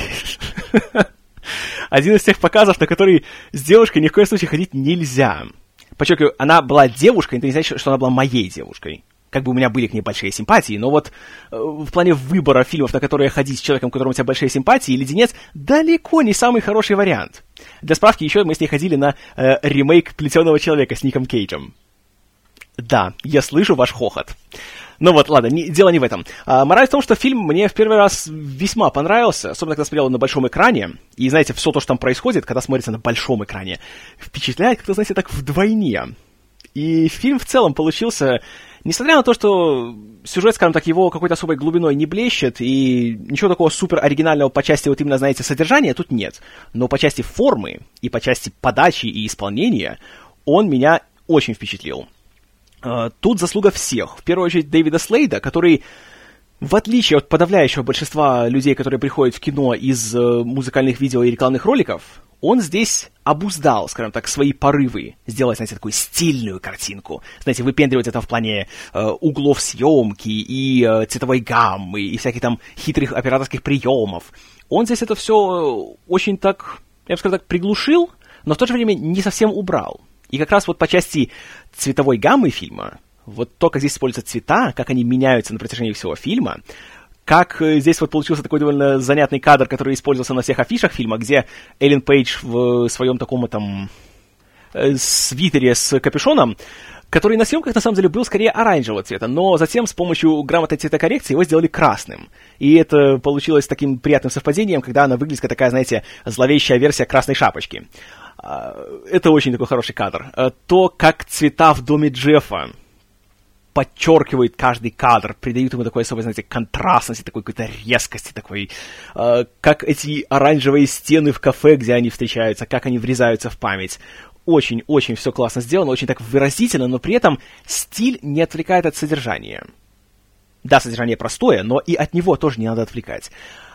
тех показов, на который с девушкой ни в коем случае ходить нельзя. Подчеркиваю, она была девушкой, это не значит, что она была моей девушкой. Как бы у меня были к ней большие симпатии, но вот в плане выбора фильмов, на которые ходить с человеком, у которого у тебя большие симпатии, «Леденец» далеко не самый хороший вариант. Для справки, еще мы с ней ходили на ремейк «Плетеного человека» с Ником Кейджем. Да, я слышу ваш хохот. Ну вот, ладно, дело не в этом. Мораль в том, что фильм мне в первый раз весьма понравился, особенно когда смотрел на большом экране. И, знаете, все то, что там происходит, когда смотрится на большом экране, впечатляет как-то, знаете, так вдвойне. И фильм в целом получился Несмотря на то, что сюжет, скажем так, его какой-то особой глубиной не блещет, и ничего такого супер оригинального по части вот именно, знаете, содержания тут нет. Но по части формы и по части подачи и исполнения он меня очень впечатлил. Тут заслуга всех. В первую очередь Дэвида Слейда, который, в отличие от подавляющего большинства людей, которые приходят в кино из музыкальных видео и рекламных роликов, он здесь обуздал, скажем так, свои порывы сделать, знаете, такую стильную картинку. Знаете, выпендривать это в плане углов съемки и цветовой гаммы, и всяких там хитрых операторских приемов. Он здесь это все очень так, я бы сказал так, приглушил, но в то же время не совсем убрал. И как раз вот по части цветовой гаммы фильма, вот то, как здесь используются цвета, как они меняются на протяжении всего фильма, как здесь вот получился такой довольно занятный кадр, который использовался на всех афишах фильма, где Эллен Пейдж в своем таком там свитере с капюшоном, который на съемках на самом деле был скорее оранжевого цвета, но затем с помощью грамотной цветокоррекции его сделали красным. И это получилось таким приятным совпадением, когда она выглядит как такая, знаете, зловещая версия Красной Шапочки. Это очень такой хороший кадр. То, как цвета в доме Джеффа подчеркивают каждый кадр, придают ему такой особой, знаете, контрастности, такой какой-то резкости, такой, как эти оранжевые стены в кафе, где они встречаются, как они врезаются в память. Очень-очень все классно сделано, очень так выразительно, но при этом стиль не отвлекает от содержания. Да, содержание простое, но и от него тоже не надо отвлекать.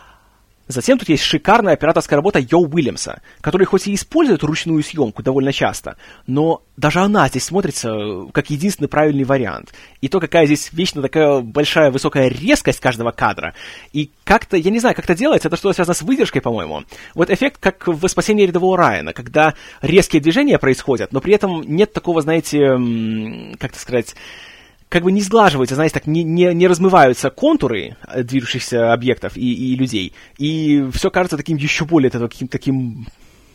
Затем тут есть шикарная операторская работа Йо Уильямса, который хоть и использует ручную съемку довольно часто, но даже она здесь смотрится как единственный правильный вариант. И то, какая здесь вечно такая большая высокая резкость каждого кадра. И как-то, я не знаю, как это делается, это что-то связано с выдержкой, по-моему. Вот эффект, как в «Спасении рядового Райана», когда резкие движения происходят, но при этом нет такого, знаете, как-то сказать, как бы не сглаживаются, знаете, так не размываются контуры движущихся объектов и людей, и все кажется таким еще более каким-то таким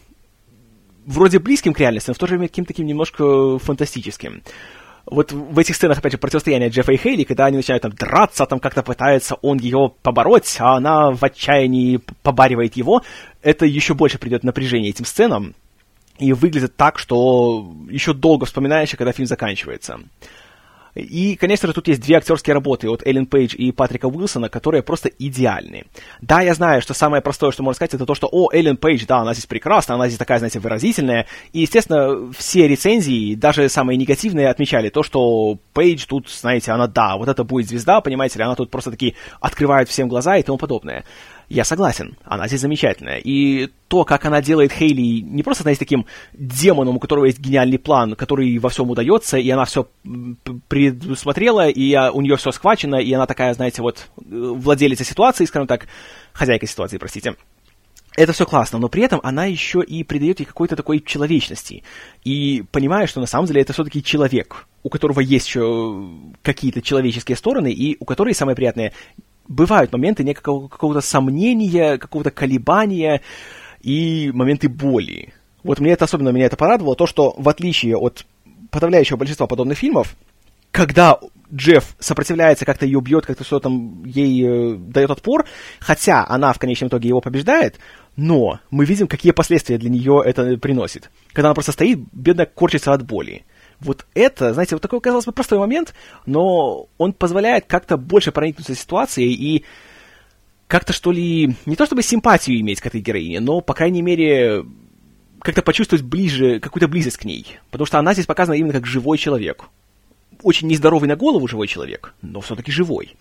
вроде близким к реальности, но в то же время каким-то таким немножко фантастическим. Вот в этих сценах, опять же, противостояния Джеффа и Хейли, когда они начинают там драться, там как-то пытается он ее побороть, а она в отчаянии побаривает его, это еще больше придет напряжение этим сценам, и выглядит так, что еще долго вспоминаешь, когда фильм заканчивается. И, конечно же, тут есть две актерские работы от Эллен Пейдж и Патрика Уилсона, которые просто идеальны. Да, я знаю, что самое простое, что можно сказать, это то, что, Эллен Пейдж, да, она здесь прекрасна, она здесь такая, знаете, выразительная. И, естественно, все рецензии, даже самые негативные, отмечали то, что Пейдж тут, знаете, она, да, вот это будет звезда, понимаете ли, она тут просто-таки открывает всем глаза и тому подобное. Я согласен, она здесь замечательная. И то, как она делает Хейли не просто, знаете, таким демоном, у которого есть гениальный план, который во всем удается, и она все предусмотрела, и у нее все схвачено, и она такая, знаете, вот владелица ситуации, скажем так, хозяйка ситуации, простите. Это все классно, но при этом она еще и придает ей какой-то такой человечности. И понимаю, что на самом деле это все-таки человек, у которого есть еще какие-то человеческие стороны, и у которой, самое приятное, бывают моменты некого какого-то сомнения, какого-то колебания и моменты боли. Вот меня это порадовало, то, что в отличие от подавляющего большинства подобных фильмов, когда Джефф сопротивляется, как-то ее бьет, как-то что там ей дает отпор, хотя она в конечном итоге его побеждает, но мы видим, какие последствия для нее это приносит. Когда она просто стоит, бедно корчится от боли. Вот это, знаете, вот такой, казалось бы, простой момент, но он позволяет как-то больше проникнуться ситуацией и как-то, что ли, не то чтобы симпатию иметь к этой героине, но, по крайней мере, как-то почувствовать ближе, какую-то близость к ней. Потому что она здесь показана именно как живой человек. Очень нездоровый на голову живой человек, но все-таки живой.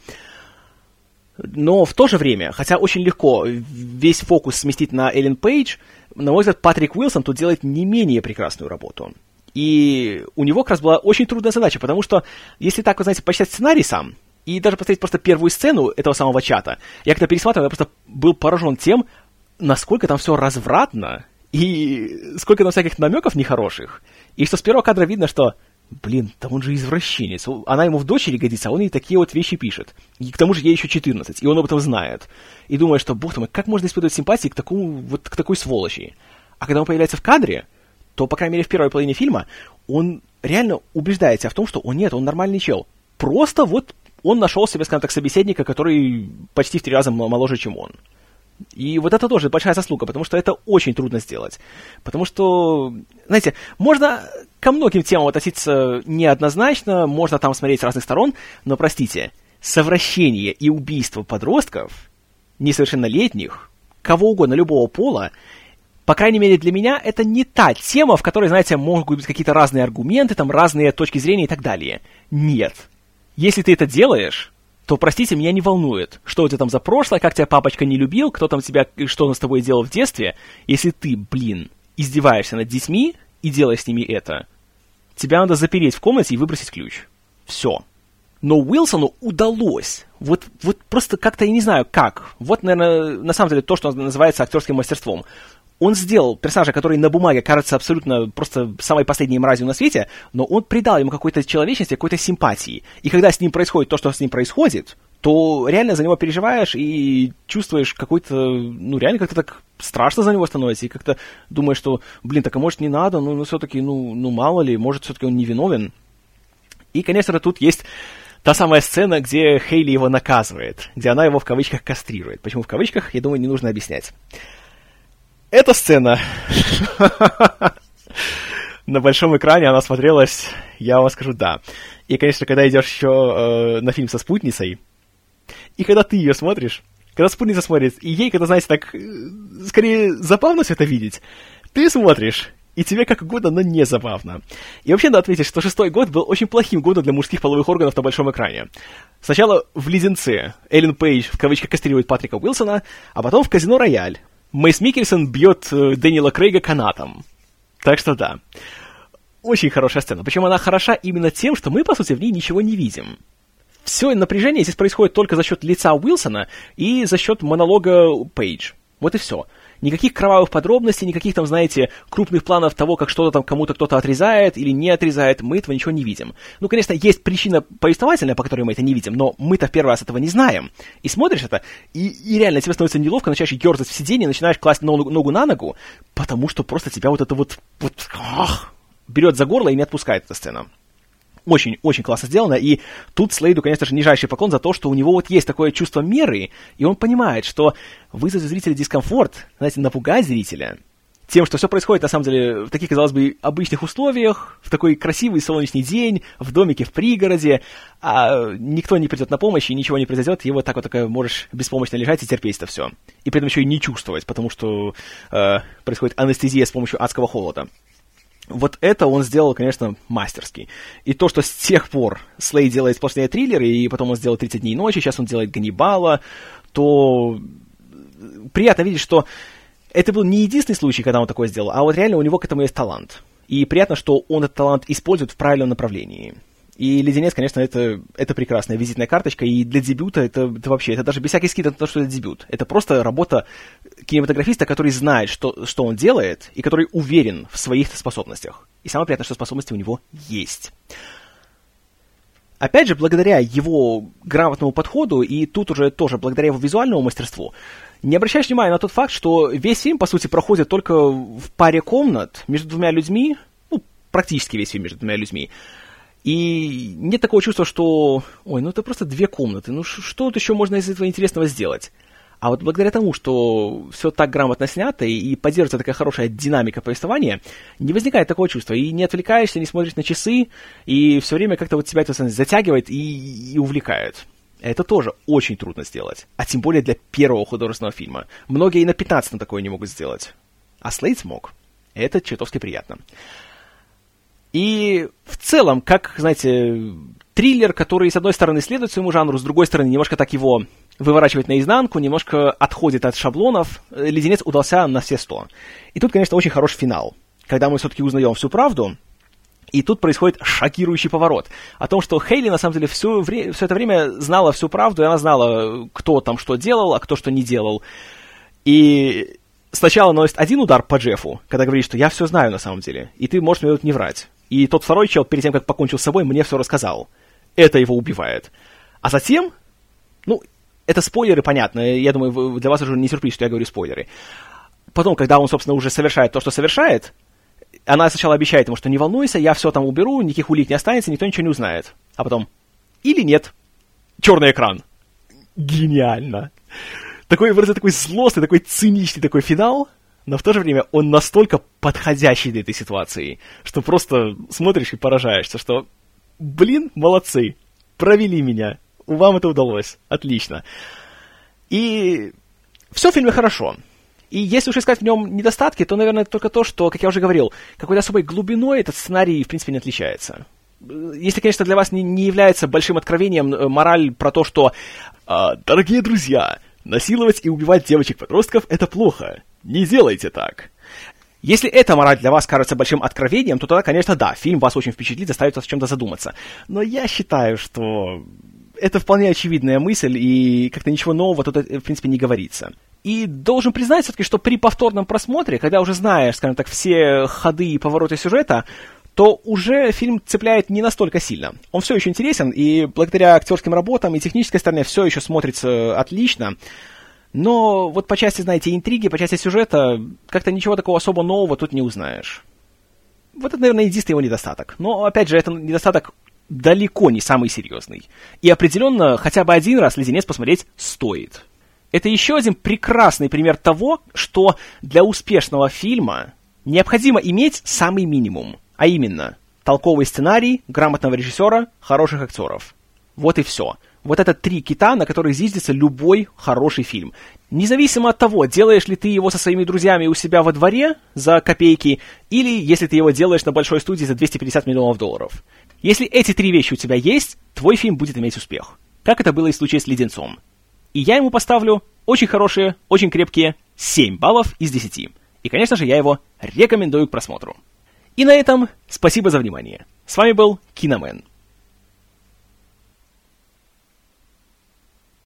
Но в то же время, хотя очень легко весь фокус сместить на Эллен Пейдж, на мой взгляд, Патрик Уилсон тут делает не менее прекрасную работу. И у него как раз была очень трудная задача, потому что, если так, вы знаете, почитать сценарий сам, и даже посмотреть просто первую сцену этого самого чата, я когда пересматривал, я просто был поражен тем, насколько там все развратно, и сколько там всяких намеков нехороших. И что с первого кадра видно, что, блин, там он же извращенец, она ему в дочери годится, а он ей такие вот вещи пишет. И к тому же ей еще 14, и он об этом знает. И думает, что, бог ты мой, как можно испытывать симпатии к такой сволочи? А когда он появляется в кадре, то, по крайней мере, в первой половине фильма он реально убеждает себя в том, что, нет, он нормальный чел. Просто вот он нашел себе, скажем так, собеседника, который почти в 3 раза моложе, чем он. И вот это тоже большая заслуга, потому что это очень трудно сделать. Потому что, знаете, можно ко многим темам относиться неоднозначно, можно там смотреть с разных сторон, но, простите, совращение и убийство подростков, несовершеннолетних, кого угодно, любого пола, по крайней мере для меня, это не та тема, в которой, знаете, могут быть какие-то разные аргументы, там разные точки зрения и так далее. Нет. Если ты это делаешь, то, простите, меня не волнует, что у тебя там за прошлое, как тебя папочка не любил, кто там тебя, что он с тобой делал в детстве. Если ты, издеваешься над детьми и делаешь с ними это, тебя надо запереть в комнате и выбросить ключ. Все. Но Уилсону удалось. Вот просто как-то, я не знаю, как. Вот, наверное, на самом деле то, что называется актерским мастерством. Он сделал персонажа, который на бумаге кажется абсолютно просто самой последней мразью на свете, но он придал ему какой-то человечности, какой-то симпатии. И когда с ним происходит то, что с ним происходит, то реально за него переживаешь и чувствуешь какой-то, реально как-то так страшно за него становится, и как-то думаешь, что, так, а может не надо, все-таки, мало ли, может все-таки он невиновен. И, конечно же, тут есть та самая сцена, где Хейли его наказывает, где она его в кавычках кастрирует. Почему в кавычках, я думаю, не нужно объяснять. Эта сцена на большом экране, она смотрелась, я вам скажу, да. И, конечно, когда идешь еще на фильм со спутницей, и когда ты ее смотришь, когда спутница смотрит, и ей, когда, знаете, так, скорее забавно все это видеть, ты смотришь, и тебе как угодно, но не забавно. И вообще надо отметить, что 6-й год был очень плохим годом для мужских половых органов на большом экране. Сначала в «Леденце» Эллен Пейдж в кавычках кастрирует Патрика Уилсона, а потом в «Казино Рояль» Мэйс Миккельсон бьет Дэниела Крейга канатом. Так что да. Очень хорошая сцена. Причем она хороша именно тем, что мы, по сути, в ней ничего не видим. Все напряжение здесь происходит только за счет лица Уилсона и за счет монолога Пейдж. Вот и все. Никаких кровавых подробностей, никаких там, знаете, крупных планов того, как что-то там кому-то кто-то отрезает или не отрезает, мы этого ничего не видим. Конечно, есть причина повествовательная, по которой мы это не видим, но мы-то в первый раз этого не знаем. И смотришь это, и реально тебе становится неловко, начинаешь ерзать в сиденье, начинаешь класть ногу на ногу, потому что просто тебя вот это берет за горло и не отпускает эта сцена. Очень-очень классно сделано, и тут Слейду, конечно же, нижайший поклон за то, что у него вот есть такое чувство меры, и он понимает, что вызвать у зрителя дискомфорт, знаете, напугать зрителя тем, что все происходит, на самом деле, в таких, казалось бы, обычных условиях, в такой красивый солнечный день, в домике в пригороде, а никто не придет на помощь, и ничего не произойдет, и вот так вот можешь беспомощно лежать и терпеть это все. И при этом еще и не чувствовать, потому что происходит анестезия с помощью адского холода. Вот это он сделал, конечно, мастерски. И то, что с тех пор Слейд делает сплошные триллеры, и потом он сделал 30 дней и ночи, сейчас он делает Ганнибала, то приятно видеть, что это был не единственный случай, когда он такое сделал, а вот реально у него к этому есть талант. И приятно, что он этот талант использует в правильном направлении. И «Леденец», конечно, это прекрасная визитная карточка, и для дебюта это вообще, это даже без всяких скидок на то, что это дебют. Это просто работа кинематографиста, который знает, что он делает, и который уверен в своих способностях. И самое приятное, что способности у него есть. Опять же, благодаря его грамотному подходу, и тут уже тоже благодаря его визуальному мастерству, не обращаешь внимания на тот факт, что весь фильм, по сути, проходит только в паре комнат между двумя людьми, практически весь фильм между двумя людьми. И нет такого чувства, что, это просто две комнаты, что тут еще можно из этого интересного сделать? А вот благодаря тому, что все так грамотно снято и поддерживается такая хорошая динамика повествования, не возникает такого чувства, и не отвлекаешься, не смотришь на часы, и все время как-то вот тебя это затягивает и увлекает. Это тоже очень трудно сделать, а тем более для первого художественного фильма. Многие и на 15 такое не могут сделать. А Слейд смог. Это чертовски приятно. И в целом, как, знаете, триллер, который, с одной стороны, следует своему жанру, с другой стороны, немножко так его выворачивает наизнанку, немножко отходит от шаблонов, «Леденец» удался на все 100. И тут, конечно, очень хороший финал, когда мы все-таки узнаем всю правду, и тут происходит шокирующий поворот о том, что Хейли, на самом деле, все это время знала всю правду, и она знала, кто там что делал, а кто что не делал. И сначала наносит один удар по Джеффу, когда говорит, что я все знаю на самом деле, и ты можешь мне тут не врать. И тот второй чел, перед тем, как покончил с собой, мне все рассказал. Это его убивает. А затем, это спойлеры, понятно, я думаю, для вас уже не сюрприз, что я говорю спойлеры. Потом, когда он, собственно, уже совершает то, что совершает, она сначала обещает ему, что не волнуйся, я все там уберу, никаких улик не останется, никто ничего не узнает. А потом, или нет, черный экран. Гениально. такой злостный, такой циничный такой финал, но в то же время он настолько подходящий для этой ситуации, что просто смотришь и поражаешься, что, блин, молодцы, провели меня, вам это удалось, отлично. И все в фильме хорошо. И если уж искать в нем недостатки, то, наверное, только то, что, как я уже говорил, какой-то особой глубиной этот сценарий, в принципе, не отличается. Если, конечно, для вас не является большим откровением мораль про то, что «Дорогие друзья, насиловать и убивать девочек-подростков – это плохо. Не делайте так». Если эта мораль для вас кажется большим откровением, то тогда, конечно, да, фильм вас очень впечатлит, заставит вас о чем-то задуматься. Но я считаю, что это вполне очевидная мысль, и как-то ничего нового тут, в принципе, не говорится. И должен признать все-таки, что при повторном просмотре, когда уже знаешь, скажем так, все ходы и повороты сюжета, то уже фильм цепляет не настолько сильно. Он все еще интересен, и благодаря актерским работам и технической стороне все еще смотрится отлично. Но вот по части, знаете, интриги, по части сюжета, как-то ничего такого особо нового тут не узнаешь. Вот это, наверное, единственный его недостаток. Но, опять же, это недостаток далеко не самый серьезный. И определенно, хотя бы один раз «Леденец» посмотреть стоит. Это еще один прекрасный пример того, что для успешного фильма необходимо иметь самый минимум. А именно, толковый сценарий, грамотного режиссера, хороших актеров. Вот и все. Вот это 3 кита, на которые зиждется любой хороший фильм. Независимо от того, делаешь ли ты его со своими друзьями у себя во дворе за копейки, или если ты его делаешь на большой студии за $250 миллионов. Если эти 3 вещи у тебя есть, твой фильм будет иметь успех. Как это было и в случае с «Леденцом». И я ему поставлю очень хорошие, очень крепкие 7 баллов из 10. И, конечно же, я его рекомендую к просмотру. И на этом спасибо за внимание. С вами был Киномен.